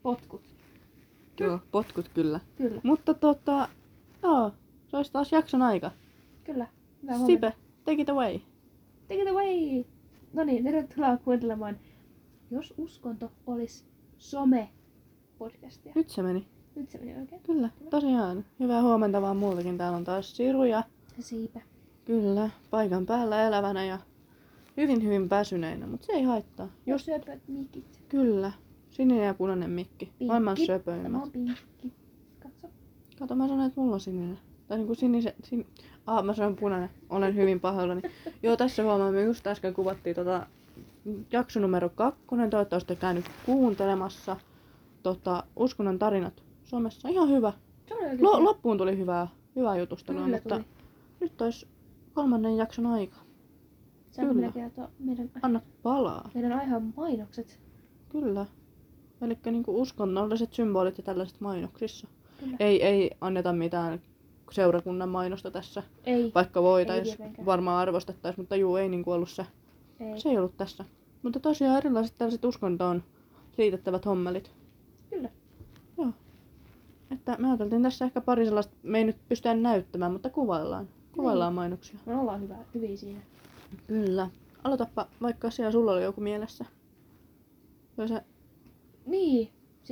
Potkut. Joo, potkut kyllä. Kyllä. Mutta joo, se olisi taas jakson aika. Kyllä. Hyvää huomenta. Sipe, take it away. Take it away! No niin, tervetuloa kuuntelemaan Jos uskonto olisi some-podcastia. Nyt se meni. Nyt se meni oikein. Kyllä, tosiaan. Hyvää huomenta vaan muultakin. Täällä on taas Siru ja Siipä. kyllä, paikan päällä elävänä ja hyvin väsyneinä, mutta se ei haittaa. Jos syöpöt mikit. Kyllä, sininen ja punainen mikki. Maailman Tämä söpöimmät. on pinkki. Katso. Kato, mä sanoin, että mulla on sininen. Tai niinku mä sanoin punainen. Olen hyvin pahoillani. Joo, tässä huomaan, me just äsken kuvattiin jakso numero 2. Toivottavasti käynyt kuuntelemassa uskonnon tarinat somessa. Ihan hyvä. Loppuun tuli hyvää jutustelua, Kyllä mutta tuli. nyt olisi 3. jakson aika. Sä Kyllä. kyllä kertoa Anna palaa. meidän aiheen mainokset. Kyllä. Elikkä niinku uskonnolliset symbolit ja tällaiset mainoksissa. Kyllä. Ei anneta mitään seurakunnan mainosta tässä. Ei. Vaikka voitais, tietenkään. varmaan arvostettais, mutta ei niinku ollut se. Ei. Se ei ollut tässä. Mutta tosiaan erilaiset tällaiset uskontoon liitettävät hommelit. Kyllä. Joo. Että me ajateltiin tässä ehkä pari sellaista, me ei nyt pystyä näyttämään, mutta kuvaillaan. Kuvaillaan mainoksia. Me ollaan hyviä siinä. Kyllä. Aloitapa, vaikka siellä sulla oli joku mielessä. Se, Niin.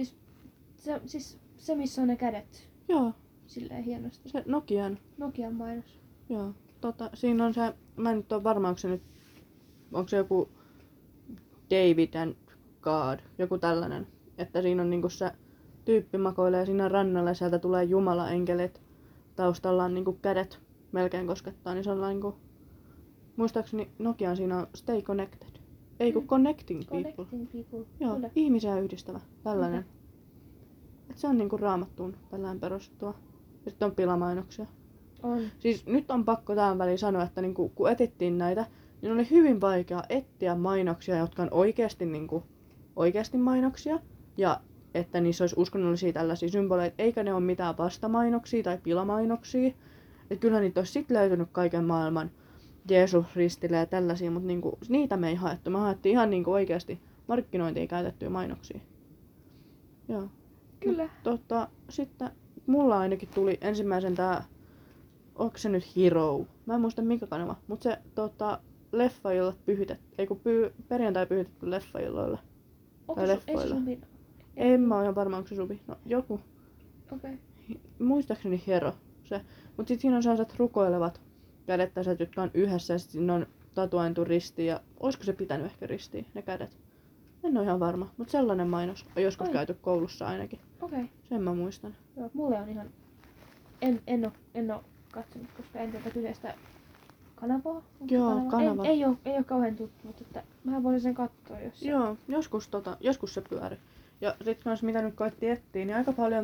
Se missä on ne kädet. joo, Silleen hienosti. se Nokian mainos. Joo. Siinä on se, mä en nyt ole varma, onko se joku David and God, joku tällainen. Että siinä on niinku se tyyppi makoilee siinä rannalla ja sieltä tulee Jumala enkelit. Taustalla on niinku kädet melkein koskettaa, niin se on niinku, muistaakseni Nokian siinä on Stay Connected. Ei kun Connecting People. Connecting people. Joo, Kyllä. ihmisiä yhdistävä, tällainen. Et se on niinku raamattuun tällainen perustua. Ja sitten on pilamainoksia. On. Siis nyt on pakko tähän väliin sanoa, että niinku, kun etittiin näitä, niin oli hyvin vaikea etsiä mainoksia, jotka on oikeasti mainoksia. Ja että niissä olisi uskonnollisia tällaisia symboleita, eikä ne ole mitään vastamainoksia tai pilamainoksia. Että kyllä niitä olisi sitten löytynyt kaiken maailman Jeesus ristillä ja tällaisia, mutta niinku, niitä me ei haettu. Me haettiin ihan niinku oikeasti markkinointiin käytettyjä mainoksia. Joo. Kyllä. Sitten mulla ainakin tuli ensimmäisen tää, onko se nyt Hero? Mä en muista mikä kanava, mutta se leffaillat perjantai pyhitetty leffailloille. Onko Tai se leffoille. Subi? En mä oo ihan varma, onko se Subi. No joku. Okei. Muistaakseni Hero se. Mut sit siinä on sellaiset rukoilevat kädet tässä, jotka on yhdessä ja sit siinä on tatuointu risti ja oisko se pitänyt ehkä ristiin ne kädet? En oo ihan varma, mutta sellainen mainos on joskus käyty koulussa ainakin. Okei. Sen mä muistan. Joo, mulle on ihan... En oo katsonut, koska en tätä kyseistä kanavaa. Onko Joo, kanava. Ei oo kauhean tuttu, mutta että mä voisin sen katsoa, jos se... Joo, joskus se pyöri. Ja sit kans mitä nyt koettiin etsiä, niin aika paljon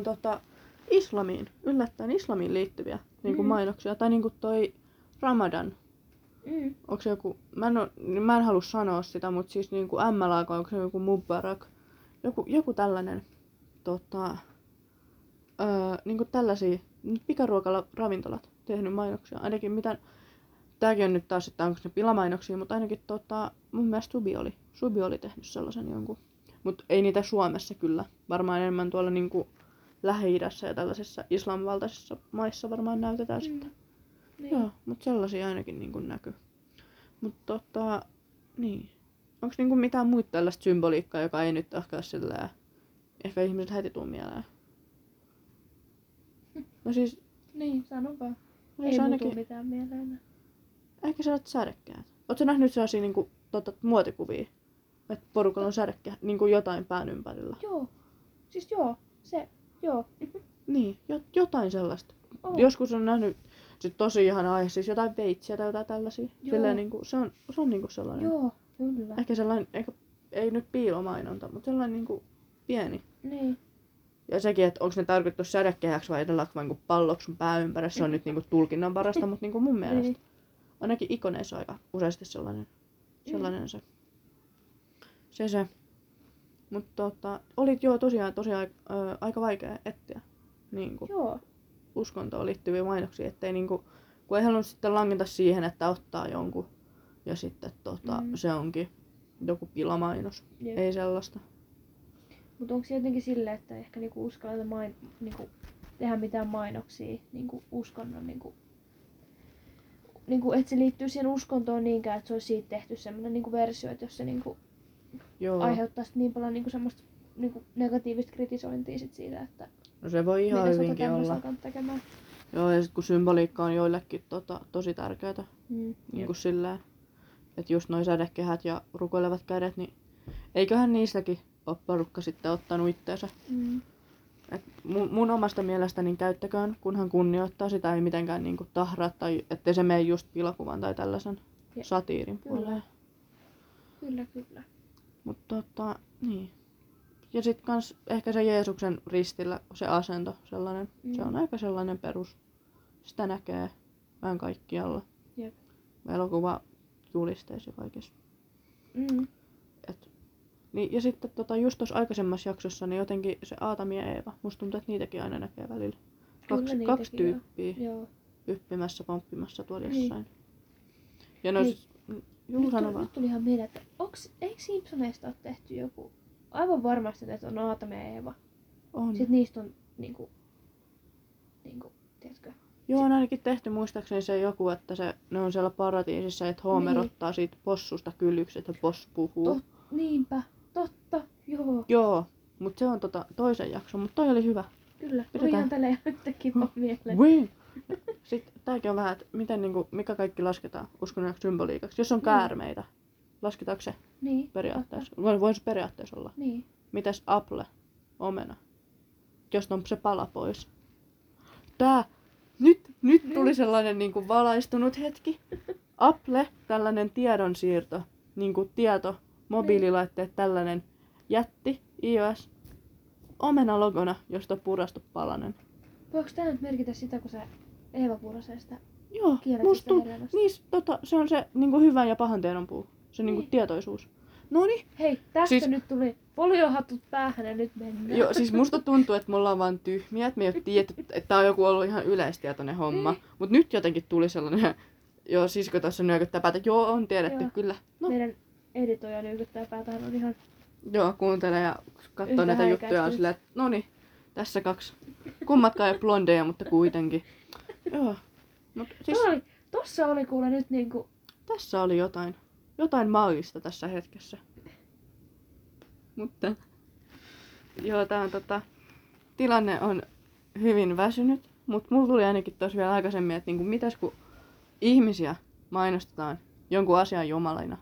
islamiin liittyviä niinku mainoksia. Tai niinku toi Ramadan. Onko se joku, mä en halua sanoa sitä, mutta siis niinku MLAK, onko se joku Mubarak, joku tällainen, niinku tällaisia pikaruokaravintolat tehnyt mainoksia. Ainakin tääkin on nyt taas, että onko ne pilamainoksia, mutta ainakin mun mielestä Subi oli tehnyt sellaisen jonkun. Mutta ei niitä Suomessa kyllä, varmaan enemmän tuolla niinku Lähi-idässä ja tällaisissa islamvaltaisissa maissa varmaan näytetään sitten. Niin. Joo, mutta sellaisia ainakin niinku näkyy. Mutta niin. Onko niinku mitään muita tällaista symboliikkaa, joka ei nyt ehkä ole silleen, ehkä ihmiset heti tuu mieleen? No siis, Niin, sano vaan. no Ei siis ainakin... mitään mieleen. ehkä sellaiset sädekkäät. Ootko nähnyt sellaisia niinku, muotikuvia? Että porukalla on sädekkäät, niinku jotain pään ympärillä. Joo. Siis joo. Niin, jotain sellaista. Oh. Joskus on nähnyt sit tosi ihana aihe, siis jotain veitsiä tai jotain tällaisia. Joo. Silleen niinku, se on niinku sellainen. Joo, kyllä. Ehkä sellainen, ei nyt piilomainonta, mutta sellainen niinku pieni. Niin. Ja sekin, että onko ne tarkoitettu sädekehäksi vai edelleen vain kuin palloksi sun pää ympäri, se on nyt niinku tulkinnan parasta, mutta niinku mun mielestä. Niin. Ainakin ikoneissa on aika useasti sellainen se. Mutta olit tosiaan aika vaikea etsiä niinku Joo. uskontoon liittyviä mainoksia, ettei niinku, kun ei halunnut sitten langeta siihen, että ottaa jonkun ja sitten se onkin joku pilamainos. Jep. Ei sellaista. Mutta onko se jotenkin silleen, että ehkä niinku uskalletaan niinku tehdä mitään mainoksia niinku uskonnon niinku, että se liittyy siihen uskontoon niinkään, että se olisi siitä tehty semmoinen niinku versio, että jos se niinku Joo. aiheuttaa sit niin paljon niinku semmoista niinku negatiivista kritisointia sit siitä, että No se voi ihan miten sä hyvinkin olla. alkanut tekemään. Joo, ja sit kun symboliikka on joillekin tosi tärkeää, Mm. niin kuin silleen, että just noi sädekehät ja rukoilevat kädet, niin eiköhän niistäkin ole porukka sitten ottanut itteensä. Mm. Et mun omasta mielestäni käyttäköön, kunhan kunnioittaa sitä, ei mitenkään niinku tahraa tai ettei se mene just pilakuvan tai tällaisen Ja- satiirin kyllä. puoleen. Kyllä. Mutta niin. Ja sit kans ehkä se Jeesuksen ristillä se asento sellainen, se on aika sellainen perus. Sitä näkee vähän kaikkialla. Jep. Elokuva julisteissa ja kaikessa. Mm. Niin, ja sitten just tuossa aikaisemmassa jaksossa niin jotenkin se Aatami ja Eeva. Musta tuntuu, että niitäkin aina näkee välillä. Kyllä Kaksi niitäkin, tyyppiä Joo. hyppimässä, pomppimassa tuolla Niin. jossain. Ja no, Hei, juu, sano vaan. Nyt tuli ihan mieleen, että eikö Simpsoneista ole tehty joku, aivan varmasti, että on Aatami ja Eeva. On. Sitten niistä on niinku, tiedätkö? Joo, on ainakin tehty muistaakseni se joku, että ne on siellä paratiisissa, että Homer Niin. ottaa siitä possusta kyllykset ja possu puhuu. Niinpä, totta, joo, Joo, mutta se on toisen jakson, mutta toi oli hyvä. kyllä. Tuli Pidetään. ihan tälleen yhtäkkiä vaan mieleen. Wee! Sitten tääkin on vähän, että miten, mikä kaikki lasketaan uskonnolliseksi symboliikaksi. Jos on käärmeitä, lasketaanko se Niin, periaatteessa? Voi se periaatteessa olla. niin. Mitäs apple, omena? Jos on se pala pois. Nyt tuli sellainen valaistunut hetki. Apple, tällainen tiedonsiirto, tieto, mobiililaitteet, tällainen jätti, iOS, omena logona, josta on purastu palanen. Voiko tää nyt merkitä sitä, kun se Eeva purasee sitä Joo, kieletystä musta hedelmästä? se on se hyvän ja pahan tiedon puu. Se Niin. tietoisuus. Noniin. Hei, tästä Siis- nyt tuli foliohatut päähän ja nyt mennään. Joo, siis musta tuntuu, että me ollaan vaan tyhmiä, että me ei ole tiedetty, että tää on joku ollut ihan yleistietoinen homma. Mut nyt jotenkin tuli sellainen, joo, sisko tuossa nyökyttää päätä, joo, on tiedetty, Joo. kyllä. No, Meidän editoija nykyttää päätähän on ihan... joo, kuuntelee ja katsoo Yhtä näitä juttuja on häikäistynyt. silleen, että noniin, tässä kaksi. Kummatkaan ei blondeja, mutta kuitenkin. Joo, mut siis Tossa oli kuule nyt niinku... tässä oli jotain maagista tässä hetkessä. Mutta joo, tää on tilanne on hyvin väsynyt, mutta mulla tuli ainakin tossa vielä aikaisemmin, että mitäs kun ihmisiä mainostetaan jonkun asian jumalina.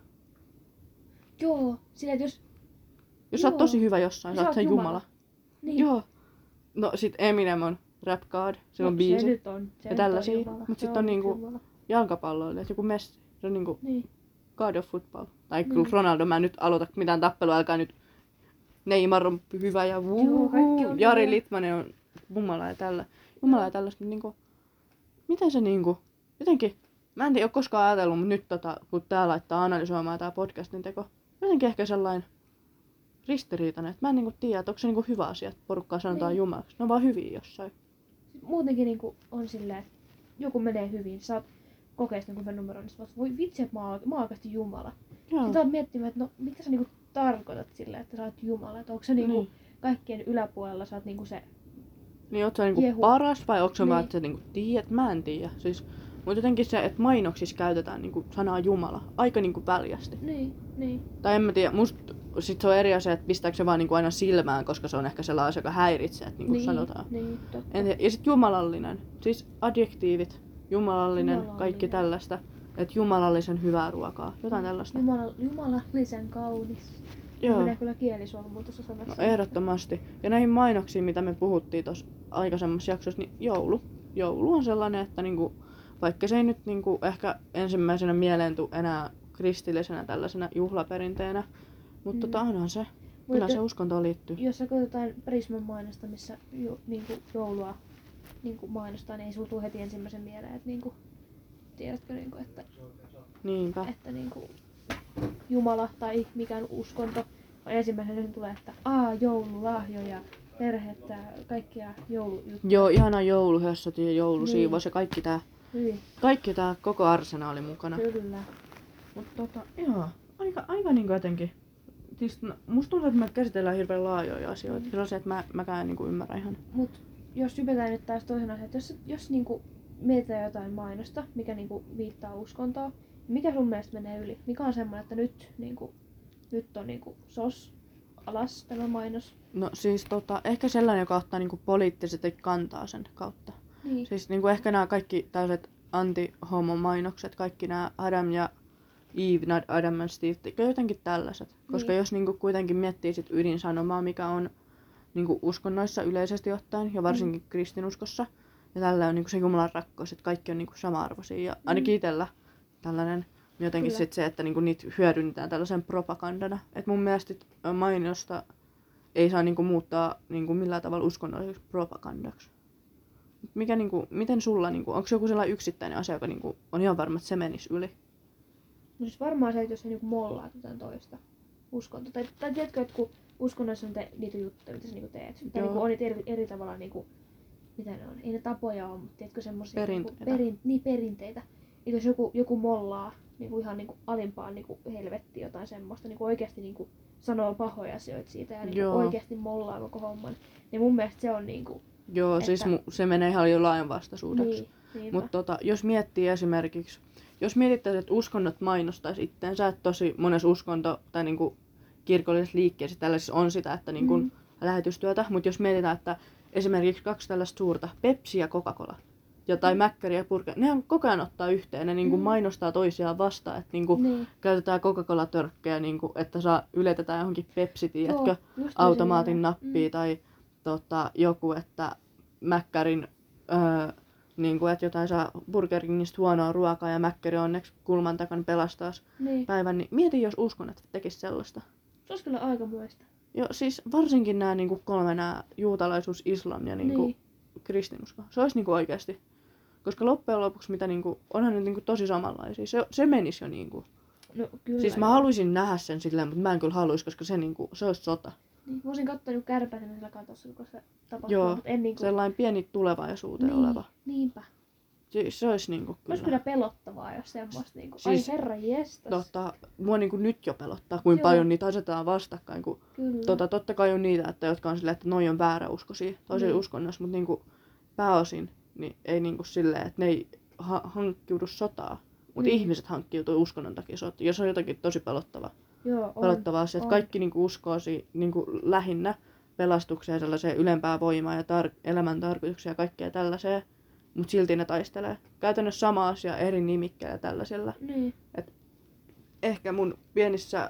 Joo, sillä että Jos sä oot Joo. tosi hyvä jossain, Sä sä oot oot sen Jumala. jumala. Niin. Joo. No sit Eminem on rap god, se on biisi. Se nyt on. Se Ja nyt tällaisia. on Jumala. Mut sit Se on nyt niinku- Jumala. Jalkapalloilija, joku Messi. Se on Niin. god of football. Tai Niin. kyllä Ronaldo, mä en nyt aloita mitään tappelua, älkää nyt. Neymar on hyvä ja Joo, kaikki on Jari hyvä. Litmanen on Jumala ja tällä. Jumala ja tällaista, miten se jotenkin, mä en tiedä, ole koskaan ajatellut, mutta nyt kun tää laittaa analysoimaan tää podcastin teko, jotenkin ehkä sellainen ristiriitainen, että mä en tiedä, että onko se hyvä asia, että porukkaa sanotaan Niin. Jumalaksi. Ne on vaan hyviä jossain. Muutenkin niinku on silleen, että joku menee hyvin, sä oot kokeista niinku numeron, niin sä oot, voi vitsi, että mä oon oikeasti Jumala. Joo. Sitten oot miettimään, että no mitä sä niinku tarkoitat silleen, että sä oot Jumala. Että onko se niinku Niin. kaikkien yläpuolella, sä oot niinku se... Niin oot sä Jehu. paras vai onko se vaan, Niin. että sä tiedät? Mä en tiedä. Siis, mutta jotenkin se, että mainoksissa käytetään sanaa Jumala aika väljästi. Niin. Tai en mä tiedä, musta sit se on eri asia, että pistääkö se vaan aina silmään, koska se on ehkä sellainen asia, joka häiritsee, että sanotaan. Niin, totta. En tiedä. Ja sit jumalallinen, siis adjektiivit, jumalallinen, Jumalallinen. kaikki tällaista. Että jumalallisen hyvää ruokaa, jotain tällaista. Jumalallisen kaunis. Joo, Menee kyllä kielisolmuun tuossa no sanassa. ehdottomasti. Ja näihin mainoksiin, mitä me puhuttiin tuossa aikaisemmassa jaksossa, niin joulu on sellainen, että vaikka se ei nyt ehkä ensimmäisenä mieleen tule enää kristillisenä tällaisena juhlaperinteenä, mutta onhan se, kyllä se uskontoon liittyy. Jos sä katsotaan Prisman mainosta, missä joulua mainostaa, niin ei sulla tule heti ensimmäisen mieleen, että tiedätkö, että Niinpä. Jumala tai mikään uskonto, vaan ensimmäisenä tulee, että joululahjoja, perhettä, kaikkia joulujuttuja. Joo, ihana jouluhössöt ja joulusiivous Niin. ja Hyvin, tää koko arsenaali mukana. kyllä. Mutta joo, aika jotenkin siis, musta tuntuu, että me käsitellään hirveän laajoja asioita. Sellaisia, että mäkään en niinku ymmärrä ihan. Mut jos hypätään nyt taas toisen asian, että jos niinku mietitään jotain mainosta, mikä niinku viittaa uskontoon, niin mikä sun mielestä menee yli? Mikä on semmoinen, että nyt on niinku sos alas tämä mainos? No siis ehkä sellainen, joka ottaa niinku poliittisesti kantaa sen kautta. Niin. Siis niinku ehkä nämä kaikki tällaiset anti-homo-mainokset, kaikki nämä Adam ja Eve, not Adam and Steve, jotenkin tällaiset. Koska Niin. jos niinku kuitenkin miettii sit ydinsanomaa, mikä on niinku uskonnoissa yleisesti ottaen, ja varsinkin kristinuskossa, ja tällä on niinku se Jumalan rakkaus, että kaikki on niinku sama-arvoisia. Ja ainakin itsellä tällainen jotenkin sit se, että niinku niitä hyödynnetään tällaisen propagandana. Et mun mielestä mainosta ei saa niinku muuttaa niinku millään tavalla uskonnolliseksi propagandaksi. Mikä niinku, miten sulla, niinku, onko se joku sellainen yksittäinen asia, joka niinku, on ihan varma, että se menisi yli? No siis varmaan se, että jos sä niinku mollaat jotain toista uskontoa. Tai tiedätkö, että kun uskonnoissa on niitä juttuja, mitä sä niinku teet. Tai niinku on niitä eri tavalla, niinku, mitä ne on. Ei ne tapoja ole, mutta tiedätkö semmosia perinteitä. Niin jos joku mollaa niinku ihan niinku alimpaan niinku helvettiin jotain semmoista, niinku oikeasti niinku sanoo pahoja asioita siitä ja niinku oikeasti mollaa koko homman. Niin mun mielestä se on niinku... Joo, että... siis se menee ihan jo lainvastaisuudeksi. Niin, mutta jos miettii esimerkiksi, jos mietittäisiin, että uskonnot mainostaisi itteensä, että tosi monessa uskonto tai niinku kirkollisessa liikkeessä tällaisissa on sitä, että niinku lähetystyötä, mutta jos mietitään, että esimerkiksi 2 tällaista suurta, Pepsi ja Coca-Cola, tai Mäkkäri ja Burger, nehän koko ajan ottaa yhteen, ne niinku mainostaa toisiaan vastaan, että niinku käytetään Coca-Cola-törkkejä, niinku, että yletetään johonkin Pepsi, tiedätkö, automaatin nappia tai joku, että Mäkkärin niinku, että jotain saa Burger Kingistä huonoa ruokaa ja Mäkkäri onneksi kulman takana pelastaa päivän, niin mieti jos uskonnot tekisi sellaista. Se olisi kyllä aikamoista. Joo, siis varsinkin nämä niinku 3 juutalaisuus, islam ja niinku kristinusko. Se olisi niinku oikeasti. Koska loppujen lopuksi mitä niinku, onhan ne niinku tosi samanlaisia. Se menisi jo niinku. No, kyllä siis mä haluaisin nähdä sen silleen, mutta mä en kyllä haluaisi, koska se olisi sota. Niin, voisin katsoa niinku Kärpäsen sillä katossa, kun se tapahtuu. Joo, en niinku... sellainen pieni tulevaisuuteen oleva. Niinpä. Se olisi niinku kyllä. Olisi kyllä pelottavaa, jos semmoista niinku, siis, ai herra jestas. Mua niinku nyt jo pelottaa, kuinka paljon niitä asetetaan vastakkain. Kun, totta kai on niitä, että jotka on silleen, että noi on vääräuskoisia toisella uskonnossa, mutta niinku pääosin niin ei niinku silleen, että ne ei hankkiudu sotaa. Mutta ihmiset hankkiutuu uskonnon takia sotaan. Ja se on jotakin tosi pelottavaa. Pelottavaa asia, että kaikki niinku uskoo niinku lähinnä pelastukseen, sellaiseen ylempää voimaa ja elämän tarkoituksia ja kaikkea tällaiseen. Mutta silti ne taistelee. Käytännössä sama asia eri nimikkeillä tällaisilla. Niin. Et ehkä mun pienissä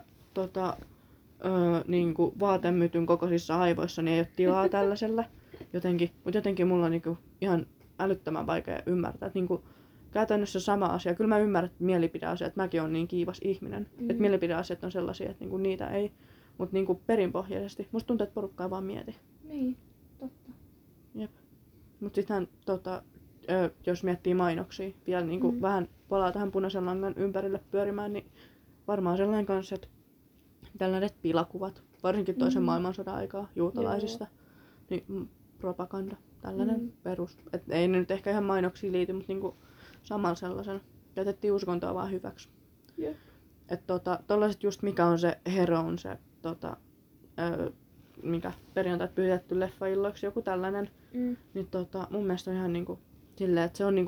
niinku vaatemytyn kokoisissa aivoissa niin ei ole tilaa tällaisella. Mutta jotenkin mulla on niinku ihan älyttömän vaikea ymmärtää. Et niinku, käytännössä sama asia. Kyllä mä ymmärrän, että mielipideasiat, että mäkin olen niin kiivas ihminen. Että mielipideasiat on sellaisia, että niinku niitä ei. Mutta niinku perinpohjaisesti. Musta tuntuu, että porukka ei vaan mieti. Niin, totta. Jep. Mut sittenhän jos miettii mainoksia, vielä niinku vähän palaa tähän punaisen langan ympärille pyörimään, niin varmaan sellainen kanssa, että tällaiset pilakuvat, varsinkin toisen maailmansodan aikaa juutalaisista, niin propaganda, tällainen perus. Et ei ne nyt ehkä ihan mainoksiin liity, mutta niinku samalla sellaisen käytettiin uskontoa vaan hyväksi. Yep. Että tollaiset just mikä on se Hero on se mikä perjantait pyhitetty leffailloiksi, joku tällainen, niin mun mielestä on ihan niinku silleen, että se on niinku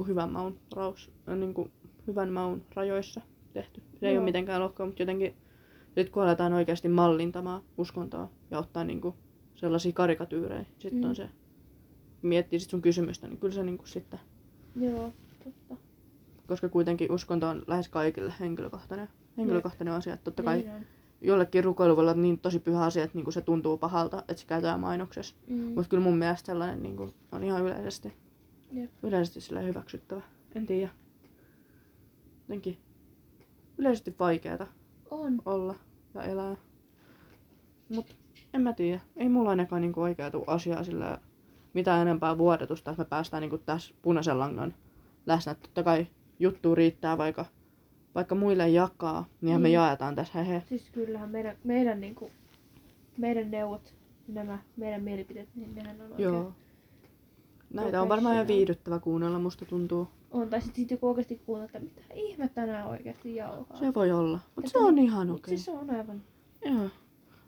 hyvän maun rajoissa tehty. Se ei ole mitenkään lohkoa, mutta jotenkin nyt kun aletaan oikeasti mallintamaan uskontoa ja ottaa niinku sellaisia karikatyyrejä, sitten on se, miettii sit sun kysymystä, niin kyllä se niinku sitten... Joo, totta. Koska kuitenkin uskonto on lähes kaikille henkilökohtainen asia. Että totta kai jollekin rukoilu voi olla niin tosi pyhä asia, että niinku se tuntuu pahalta, että se käytetään mainoksessa. Mutta kyllä mun mielestä sellainen niinku on ihan yleisesti sillä hyväksyttävä. En tiedä. Jotenkin yleisesti vaikeeta olla ja elää. Mut en mä tiedä. Ei mulla ainakaan niinku oikea tuu asiaa sillä mitään enempää vuodetusta, että me päästään niinku tässä punaisen langan läsnä. Totta kai juttu riittää vaikka muille jakaa, niin me jaetaan tässä hehe. Siis kyllähän meidän neuvot, nämä meidän mielipiteet, niin nehän on oikein. Joo. Näitä on varmaan ihan viihdyttävä kuunnella, musta tuntuu. On, tai sitten joku oikeasti kuunnella, että mitä ihmettä nää oikeasti jauhaa. Se voi olla, mutta se on ihan okei. Siis se on aivan... Joo.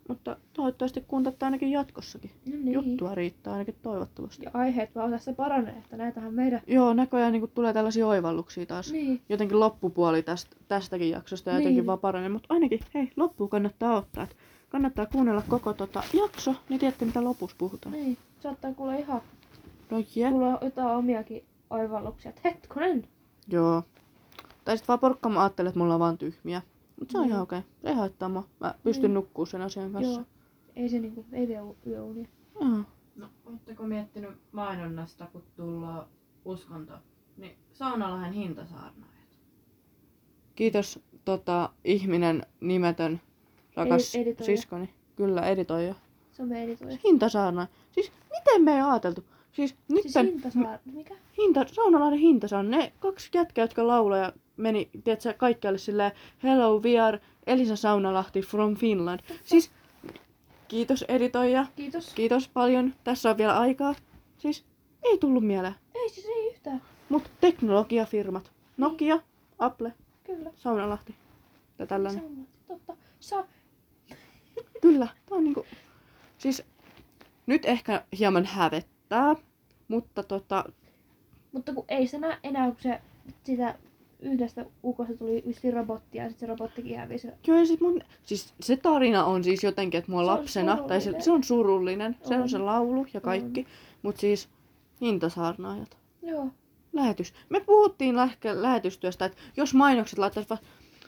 Mutta toivottavasti kuuntelette ainakin jatkossakin. No niin. Juttua riittää ainakin toivottavasti. Ja aiheet vaan tässä paranee, että näitähän meidän... Joo, näköjään niin tulee tällaisia oivalluksia taas. Niin. Jotenkin loppupuoli tästäkin jaksosta jotenkin Niin. vaan paranee. Mutta ainakin, hei, loppuun kannattaa ottaa. Et kannattaa kuunnella koko jakso, niin tiedätte mitä lopussa puhutaan. Niin. Saattaa kuulla ihan... No jep. Kuulla jotain omiakin oivalluksia. Et hetkonen! Joo. Tai sit vaan porukka mä ajattelen, että mulla on vaan tyhmiä. Mut se on Niin. ihan okei. Se ei haittaa mua. Mä pystyn nukkuu sen asian kanssa. Joo. Ei se niinku... Ei vie yöunia. Joo. No, ootteko miettinyt mainonnasta, kun tullaan uskonto, niin Saunalahen hintasaarnaajat? Kiitos ihminen nimetön rakas Editoija. siskoni. Kyllä, editoija. Se on meidän editoija. Hintasaarna. Siis miten me ei ajateltu? Siis nyt Siis hintasaar... Mikä? Saunalainen hintasaarna. Ne 2 jätkää, jotka laulaa ja meni, tiedätkö, kaikkialle silleen Hello, we are Elisa Saunalahti from Finland. Siis kiitos editoija. Kiitos. Kiitos paljon. Tässä on vielä aikaa. Siis ei tullut mieleen. Ei siis ei yhtään. Mut teknologiafirmat. Nokia, Apple, Kyllä. Saunalahti ja tällainen. Saunalahti. Totta. Kyllä, tää on niinku... Siis nyt ehkä hieman hävettää, mutta Mutta kun ei se enää kun se sitä yhdestä ukosta tuli yksi robotti ja sit se robottikin hävisi. joo, ja siis se tarina on siis jotenkin, että mua Se on lapsena, tai surullinen. se on surullinen, se on On. se laulu ja kaikki, mut siis hintasaarnaajat. Joo. Lähetys. Me puhuttiin lähetystyöstä, että jos mainokset laittaisivat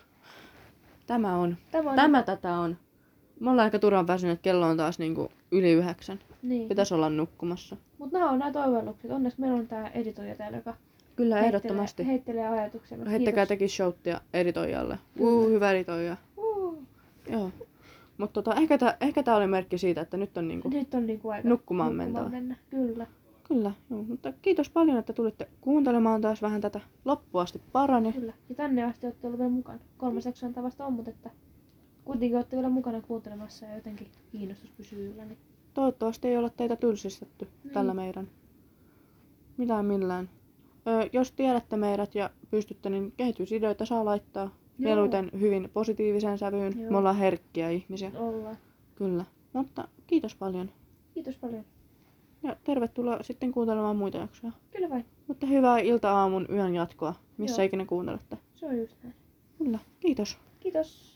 Tämä tätä on. Me ollaan aika turhan väsyneet, kello on taas niinku yli 9. Niin. Pitäisi olla nukkumassa. Mut nämä on näitä oivallukset. Onneksi meillä on tää editoija täällä, joka Kyllä, ehdottomasti. heittelee ajatuksia. Mut Heittäkää kiitos. tekin showttia editoijalle. Kyllä. Hyvä editoija. Joo. Mutta ehkä tää oli merkki siitä, että nyt on niinku... Nyt on niinku aika Nukkumaan mentävä. mennä. Kyllä. Kyllä, joo. Mutta kiitos paljon, että tulitte kuuntelemaan taas vähän tätä loppuasti parani. Kyllä. Ja tänne asti olette ollut vielä mukana. 3 jaksoa vasta on, mutta että kuitenkin olette vielä mukana kuuntelemassa ja jotenkin kiinnostus pysyy yllä. Niin... Toivottavasti ei olla teitä tylsistetty tällä meidän millään. Jos tiedätte meidät ja pystytte, niin kehitysideoita saa laittaa. Mieluiten hyvin positiiviseen sävyyn. Joo. Me ollaan herkkiä ihmisiä. Ollaan. Kyllä. Mutta kiitos paljon. Kiitos paljon. Ja tervetuloa sitten kuuntelemaan muita jaksoja. Kyllä vain. Mutta hyvää ilta-aamun yön jatkoa, missä Joo. ikinä kuuntelette. Se on just näin. Kyllä. Kiitos. Kiitos.